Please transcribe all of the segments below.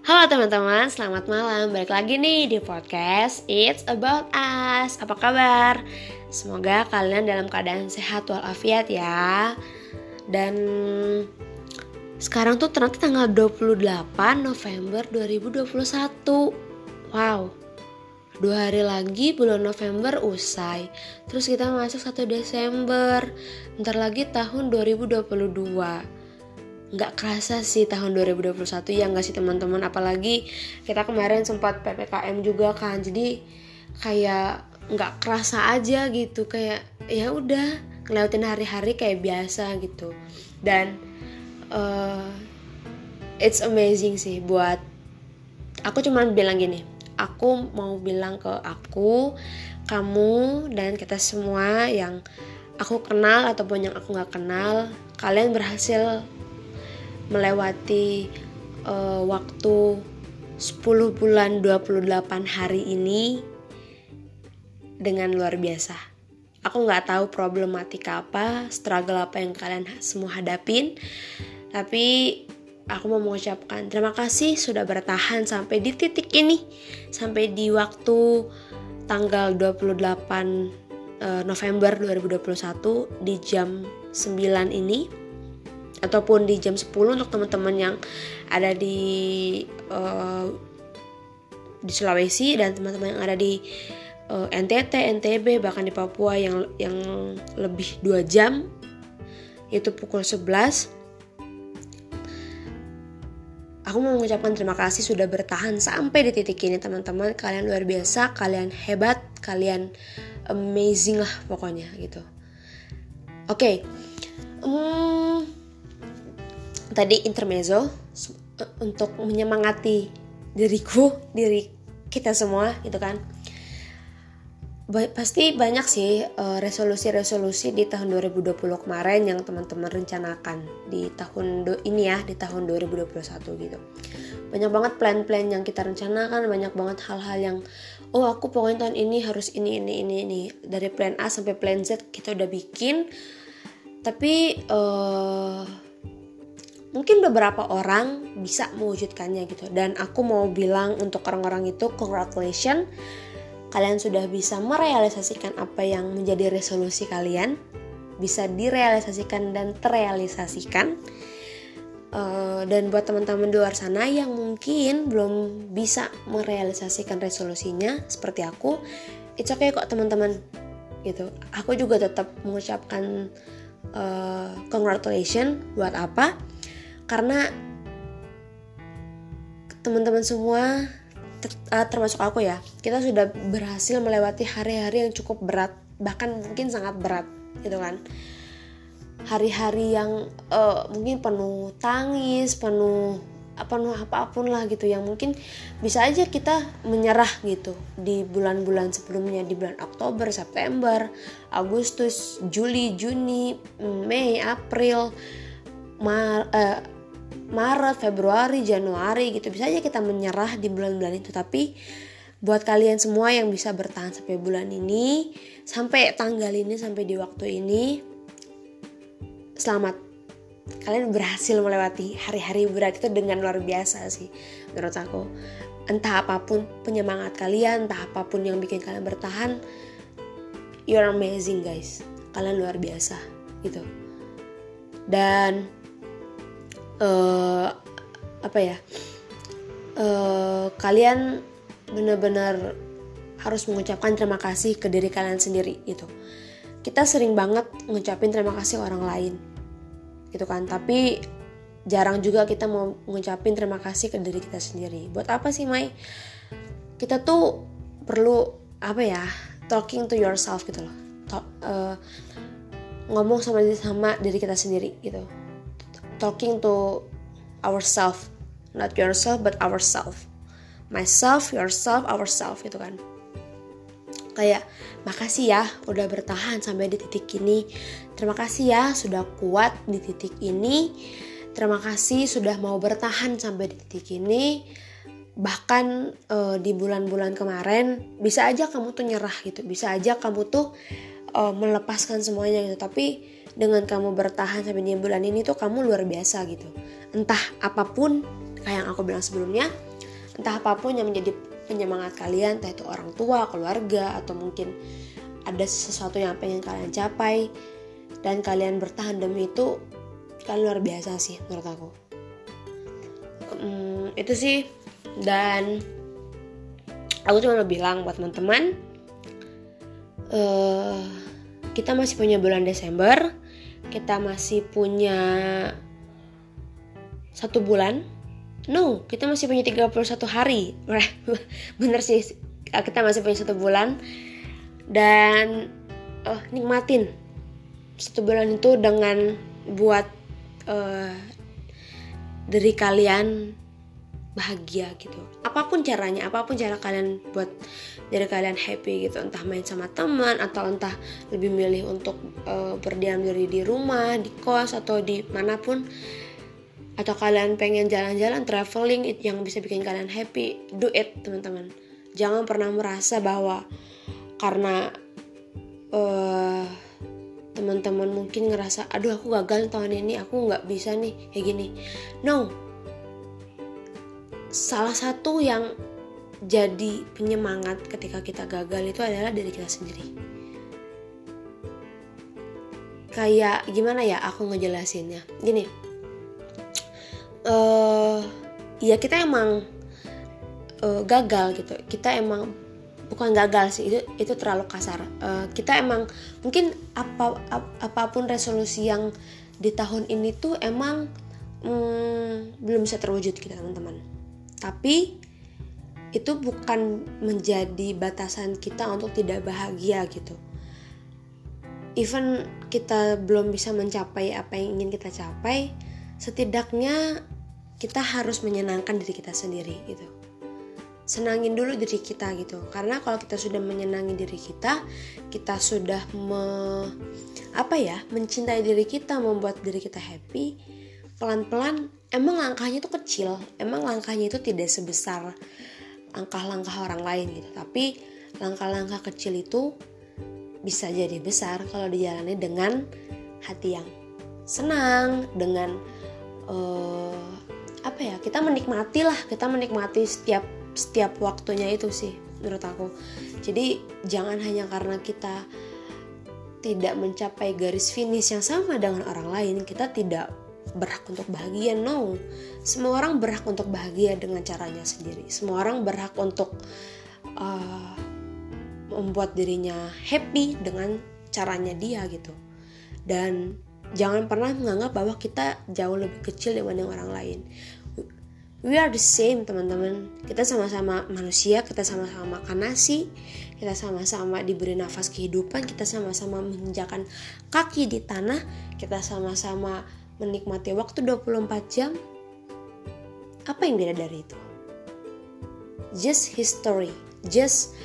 Halo teman-teman, selamat malam. Balik lagi nih di podcast It's About Us. Apa kabar? Semoga kalian dalam keadaan sehat walafiat ya. Dan sekarang tuh ternyata tanggal 28 November 2021. Wow, 2 hari lagi bulan November usai. Terus kita masuk 1 Desember. Bentar lagi tahun 2022. Nggak kerasa sih tahun 2021 ya nggak sih teman-teman, apalagi kita kemarin sempat PPKM juga kan, jadi kayak nggak kerasa aja gitu, kayak ya udah ngelewatin hari-hari kayak biasa gitu. Dan it's amazing sih. Buat aku cuman bilang gini, aku mau bilang ke aku, kamu, dan kita semua yang aku kenal ataupun yang aku nggak kenal, kalian berhasil melewati waktu 10 bulan 28 hari ini dengan luar biasa. Aku gak tahu problematika apa, struggle apa yang kalian semua hadapin, tapi aku mau mengucapkan terima kasih sudah bertahan sampai di titik ini, sampai di waktu tanggal 28 November 2021 di jam 9 ini, ataupun di jam 10 untuk teman-teman yang ada di Sulawesi, dan teman-teman yang ada di NTT, NTB, bahkan di Papua yang lebih 2 jam, yaitu pukul 11. Aku mau mengucapkan terima kasih sudah bertahan sampai di titik ini teman-teman. Kalian luar biasa, kalian hebat, kalian amazing lah pokoknya gitu. Oke. Tadi intermezzo untuk menyemangati diri kita semua gitu kan. Pasti banyak sih resolusi-resolusi di tahun 2020 kemarin yang teman-teman rencanakan di tahun ini ya, di tahun 2021 gitu. Banyak banget plan-plan yang kita rencanakan, banyak banget hal-hal yang aku pokoknya tahun ini harus ini. Dari plan A sampai plan Z kita udah bikin. Tapi mungkin beberapa orang bisa mewujudkannya gitu. Dan aku mau bilang untuk orang-orang itu, congratulations, kalian sudah bisa merealisasikan apa yang menjadi resolusi kalian, bisa direalisasikan dan terrealisasikan. Dan buat teman-teman di luar sana yang mungkin belum bisa merealisasikan resolusinya seperti aku, it's okay kok teman-teman gitu. Aku juga tetap mengucapkan congratulations. Buat apa? Karena teman-teman semua, termasuk aku ya, kita sudah berhasil melewati hari-hari yang cukup berat, bahkan mungkin sangat berat gitu kan. Hari-hari yang mungkin penuh tangis, penuh apapun lah gitu, yang mungkin bisa aja kita menyerah gitu di bulan-bulan sebelumnya, di bulan Oktober, September, Agustus, Juli, Juni, Mei, April, Maret, Februari, Januari gitu. Bisa aja kita menyerah di bulan-bulan itu. Tapi buat kalian semua yang bisa bertahan sampai bulan ini, sampai tanggal ini, sampai di waktu ini, selamat. Kalian berhasil melewati hari-hari berat itu dengan luar biasa sih menurut aku. Entah apapun penyemangat kalian, entah apapun yang bikin kalian bertahan, you're amazing guys. Kalian luar biasa gitu. Dan kalian benar-benar harus mengucapkan terima kasih ke diri kalian sendiri gitu. Kita sering banget ngucapin terima kasih orang lain gitu kan, tapi jarang juga kita mau ngucapin terima kasih ke diri kita sendiri. Buat apa sih Mai? Kita tuh perlu talking to yourself gitu loh. Ngomong sama diri kita sendiri gitu. Talking to ourselves, not yourself but ourselves. Myself, yourself, ourselves gitu kan. Kayak makasih ya udah bertahan sampai di titik ini. Terima kasih ya sudah kuat di titik ini. Terima kasih sudah mau bertahan sampai di titik ini. Bahkan di bulan-bulan kemarin bisa aja kamu tuh nyerah gitu. Bisa aja kamu tuh melepaskan semuanya gitu. Tapi dengan kamu bertahan sampai di bulan ini tuh kamu luar biasa gitu. Entah apapun, kayak yang aku bilang sebelumnya, entah apapun yang menjadi penyemangat kalian, entah itu orang tua, keluarga, atau mungkin ada sesuatu yang pengen kalian capai dan kalian bertahan demi itu, kalian luar biasa sih menurut aku. Itu sih. Dan aku cuma mau bilang buat teman-teman, kita masih punya bulan Desember, kita masih punya 1 bulan. No, kita masih punya 31 hari. Bener sih, kita masih punya 1 bulan. Dan nikmatin 1 bulan itu dengan buat diri kalian bahagia gitu. Apapun caranya, apapun cara kalian buat diri kalian happy gitu. Entah main sama teman, atau entah lebih milih untuk berdiam diri di rumah, di kos, atau di manapun. Atau kalian pengen jalan-jalan, traveling yang bisa bikin kalian happy, do it teman-teman. Jangan pernah merasa bahwa karena teman-teman mungkin ngerasa, aduh aku gagal tahun ini, aku gak bisa nih kayak gini. No, salah satu yang jadi penyemangat ketika kita gagal itu adalah diri kita sendiri. Kayak gimana ya aku ngejelasinnya, gini, ya kita emang gagal gitu. Kita emang bukan gagal sih, itu terlalu kasar. Kita emang mungkin apapun resolusi yang di tahun ini tuh emang belum bisa terwujud gitu teman-teman. Tapi itu bukan menjadi batasan kita untuk tidak bahagia gitu. Even kita belum bisa mencapai apa yang ingin kita capai, setidaknya kita harus menyenangkan diri kita sendiri gitu. Senangin dulu diri kita gitu. Karena kalau kita sudah menyenangi diri kita sudah mencintai diri kita, membuat diri kita happy, pelan-pelan emang langkahnya itu kecil, emang langkahnya itu tidak sebesar langkah-langkah orang lain gitu. Tapi langkah-langkah kecil itu bisa jadi besar kalau dijalani dengan hati yang senang, dengan kita menikmati setiap waktunya itu sih menurut aku. Jadi jangan hanya karena kita tidak mencapai garis finish yang sama dengan orang lain, kita tidak berhak untuk bahagia. No, semua orang berhak untuk bahagia dengan caranya sendiri. Semua orang berhak untuk membuat dirinya happy dengan caranya dia gitu. Dan jangan pernah menganggap bahwa kita jauh lebih kecil dibanding orang lain. We are the same teman-teman. Kita sama-sama manusia, kita sama-sama makan nasi, kita sama-sama diberi nafas kehidupan, kita sama-sama menginjakan kaki di tanah, kita sama-sama menikmati waktu 24 jam. Apa yang beda dari itu? Just history, just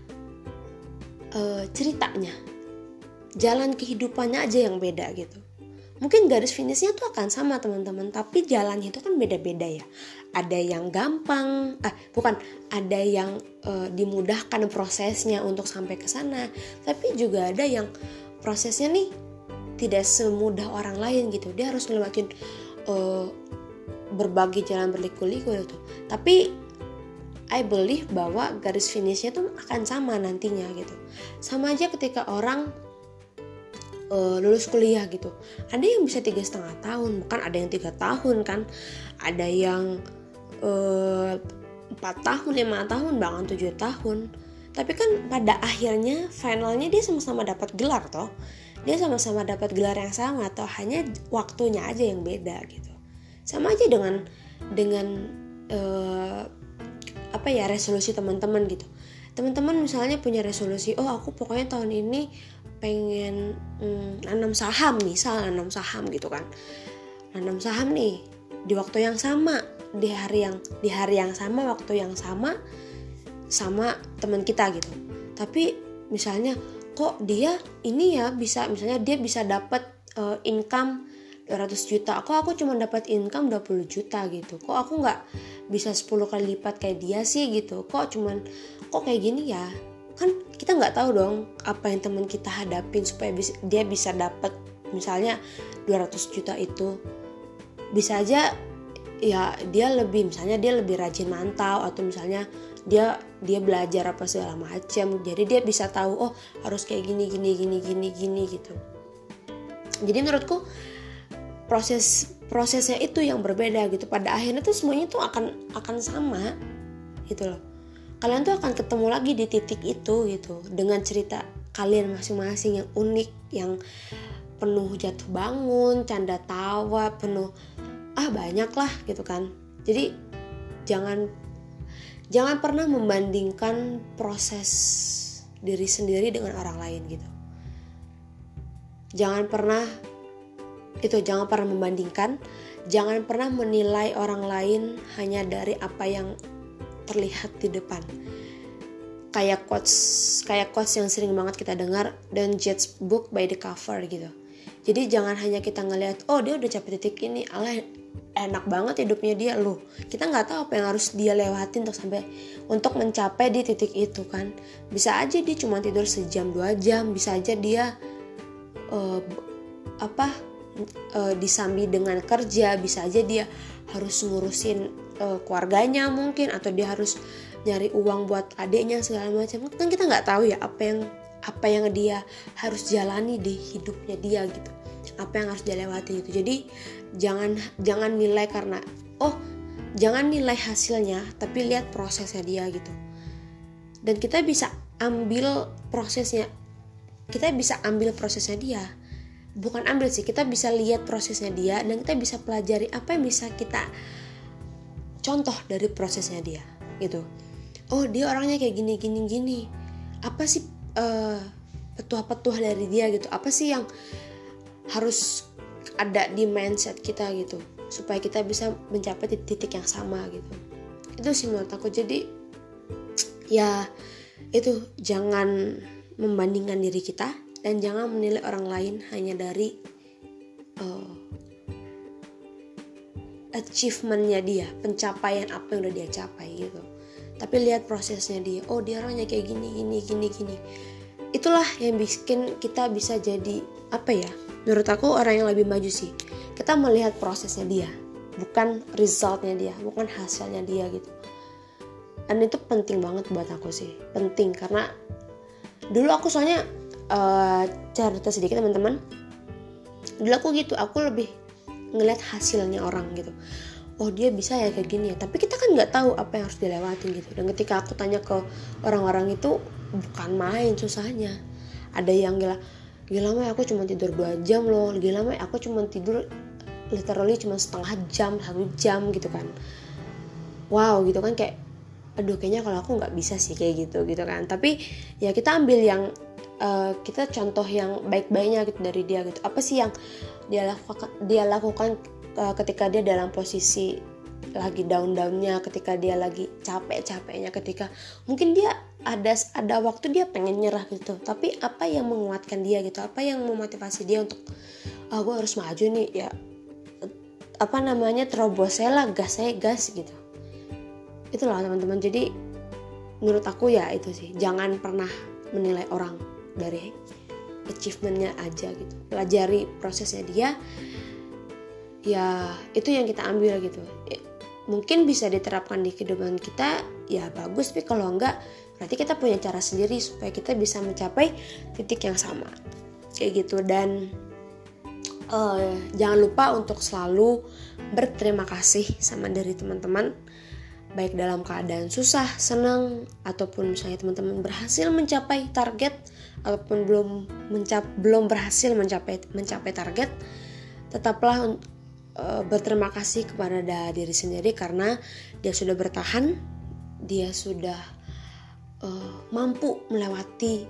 ceritanya, jalan kehidupannya aja yang beda gitu. Mungkin garis finishnya tuh akan sama teman-teman, tapi jalannya itu kan beda-beda ya. Ada yang gampang, ada yang dimudahkan prosesnya untuk sampai ke sana, tapi juga ada yang prosesnya nih tidak semudah orang lain gitu. Dia harus ngelewatin berbagai jalan berliku-liku gitu. Tapi I believe bahwa garis finishnya tuh akan sama nantinya gitu. Sama aja ketika orang lulus kuliah gitu, ada yang bisa 3,5 tahun, bukan ada yang 3 tahun kan, ada yang 4 tahun, 5 tahun, bahkan 7 tahun. Tapi kan pada akhirnya finalnya dia sama-sama dapat gelar toh, dia sama-sama dapat gelar yang sama, atau hanya waktunya aja yang beda gitu. Sama aja dengan resolusi teman-teman gitu. Teman-teman misalnya punya resolusi, aku pokoknya tahun ini pengen nanam saham gitu kan. Nanam saham nih di waktu yang sama, di hari yang sama, waktu yang sama teman kita gitu. Tapi misalnya kok dia ini ya bisa, misalnya dia bisa dapat income 200 juta, kok aku cuma dapat income 20 juta gitu. Kok aku nggak bisa 10 kali lipat kayak dia sih gitu. Kok kayak gini ya. Kan kita nggak tahu dong apa yang teman kita hadapin supaya dia bisa dapat misalnya 200 juta itu. Bisa aja ya dia lebih rajin mantau, atau misalnya dia belajar apa segala macam, jadi dia bisa tahu oh harus kayak gini gitu. Jadi menurutku prosesnya itu yang berbeda gitu. Pada akhirnya tuh semuanya tuh akan sama gitu loh. Kalian tuh akan ketemu lagi di titik itu gitu, dengan cerita kalian masing-masing yang unik, yang penuh jatuh bangun, canda tawa, penuh banyak lah gitu kan. Jadi jangan pernah membandingkan proses diri sendiri dengan orang lain gitu. Jangan pernah membandingkan, jangan pernah menilai orang lain hanya dari apa yang terlihat di depan. Kayak quotes yang sering banget kita dengar, don't judge book by the cover gitu. Jadi jangan hanya kita ngelihat oh dia udah capai titik ini, enak banget hidupnya dia, loh kita nggak tahu apa yang harus dia lewatin untuk mencapai di titik itu kan. Bisa aja dia cuma tidur sejam 2 jam, bisa aja dia disambi dengan kerja, bisa aja dia harus ngurusin keluarganya mungkin, atau dia harus nyari uang buat adiknya segala macam. Kan kita nggak tahu ya apa yang dia harus jalani di hidupnya dia gitu, apa yang harus dia lewati gitu. Jadi jangan nilai karena jangan nilai hasilnya, tapi lihat prosesnya dia gitu. Dan kita bisa ambil prosesnya dia. Bukan ambil sih, kita bisa lihat prosesnya dia, dan kita bisa pelajari apa yang bisa kita contoh dari prosesnya dia gitu. Oh dia orangnya kayak gini. Apa sih petuah-petuah dari dia gitu? Apa sih yang harus ada di mindset kita gitu, supaya kita bisa mencapai titik yang sama gitu. Itu sih menurut aku. Jadi ya itu, jangan membandingkan diri kita, dan jangan menilai orang lain hanya dari achievementnya dia, pencapaian apa yang udah dia capai gitu. Tapi lihat prosesnya dia. Oh dia orangnya kayak gini. Itulah yang bikin kita bisa jadi menurut aku orang yang lebih maju sih. Kita melihat prosesnya dia, bukan resultnya dia, bukan hasilnya dia gitu. Dan itu penting banget buat aku sih. Penting karena dulu aku soalnya cerita sedikit teman-teman. Dulu aku gitu, aku lebih ngeliat hasilnya orang gitu. Oh dia bisa ya kayak gini ya, tapi kita kan nggak tahu apa yang harus dilewatin gitu. Dan ketika aku tanya ke orang-orang itu, bukan main susahnya. Ada yang gila mah aku cuma tidur 2 jam loh, gila mah aku cuma tidur literally cuma setengah jam, 1 jam gitu kan. Wow gitu kan, kayak aduh kayaknya kalau aku nggak bisa sih kayak gitu kan. Tapi ya kita ambil yang kita contoh yang baik-baiknya gitu dari dia gitu. Apa sih yang dia lakukan ketika dia dalam posisi lagi down-downnya, ketika dia lagi capek-capeknya, ketika mungkin dia ada waktu dia pengen nyerah gitu, tapi apa yang menguatkan dia gitu, apa yang memotivasi dia untuk gue harus maju nih ya, terobos saya lah, gas gitu. Itulah teman-teman. Jadi menurut aku ya itu sih, jangan pernah menilai orang dari achievementnya aja gitu. Pelajari prosesnya dia, ya itu yang kita ambil gitu. Mungkin bisa diterapkan di kehidupan kita, ya bagus, tapi kalau enggak berarti kita punya cara sendiri supaya kita bisa mencapai titik yang sama kayak gitu. Dan jangan lupa untuk selalu berterima kasih sama dari teman-teman, baik dalam keadaan susah, senang, ataupun misalnya teman-teman berhasil mencapai target, ataupun belum berhasil mencapai target. Tetaplah berterima kasih kepada diri sendiri karena dia sudah bertahan, dia sudah mampu melewati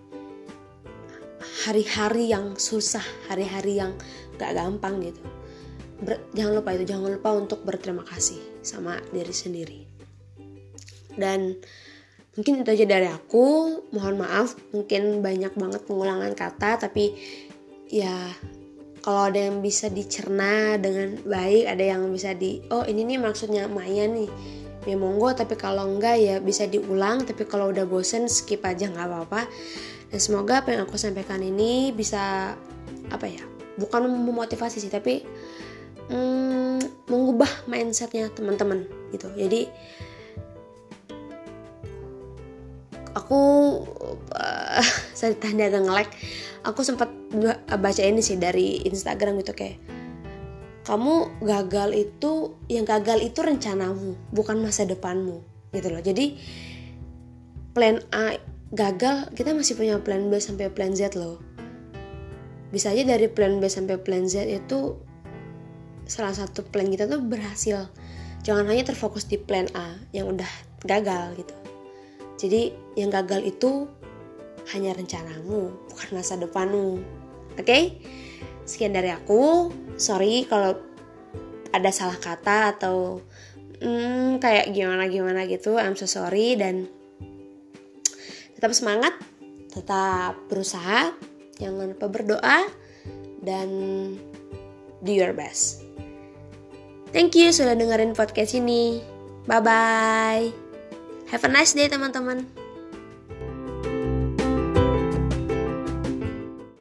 hari-hari yang susah, hari-hari yang gak gampang gitu. Jangan lupa untuk berterima kasih sama diri sendiri. Dan mungkin itu aja dari aku. Mohon maaf mungkin banyak banget pengulangan kata, tapi ya kalau ada yang bisa dicerna dengan baik, ada yang bisa ini nih maksudnya Maya nih, ya monggo. Tapi kalau enggak ya bisa diulang, tapi kalau udah bosen skip aja, nggak apa-apa. Dan semoga apa yang aku sampaikan ini bisa bukan memotivasi sih, tapi mengubah mindsetnya teman-teman gitu. Jadi aku saya tanda nge-like, aku sempat baca ini sih dari Instagram gitu, kayak kamu gagal itu, yang gagal itu rencanamu, bukan masa depanmu gitu loh. Jadi plan A gagal, kita masih punya plan B sampai plan Z loh. Bisa aja dari plan B sampai plan Z itu salah satu plan kita tuh berhasil. Jangan hanya terfokus di plan A yang udah gagal gitu. Jadi yang gagal itu hanya rencanamu, bukan masa depanmu. Oke? Sekian dari aku. Sorry kalau ada salah kata atau kayak gimana gitu. I'm so sorry. Dan tetap semangat, tetap berusaha, jangan lupa berdoa, dan do your best. Thank you sudah dengerin podcast ini. Bye-bye. Have a nice day teman-teman.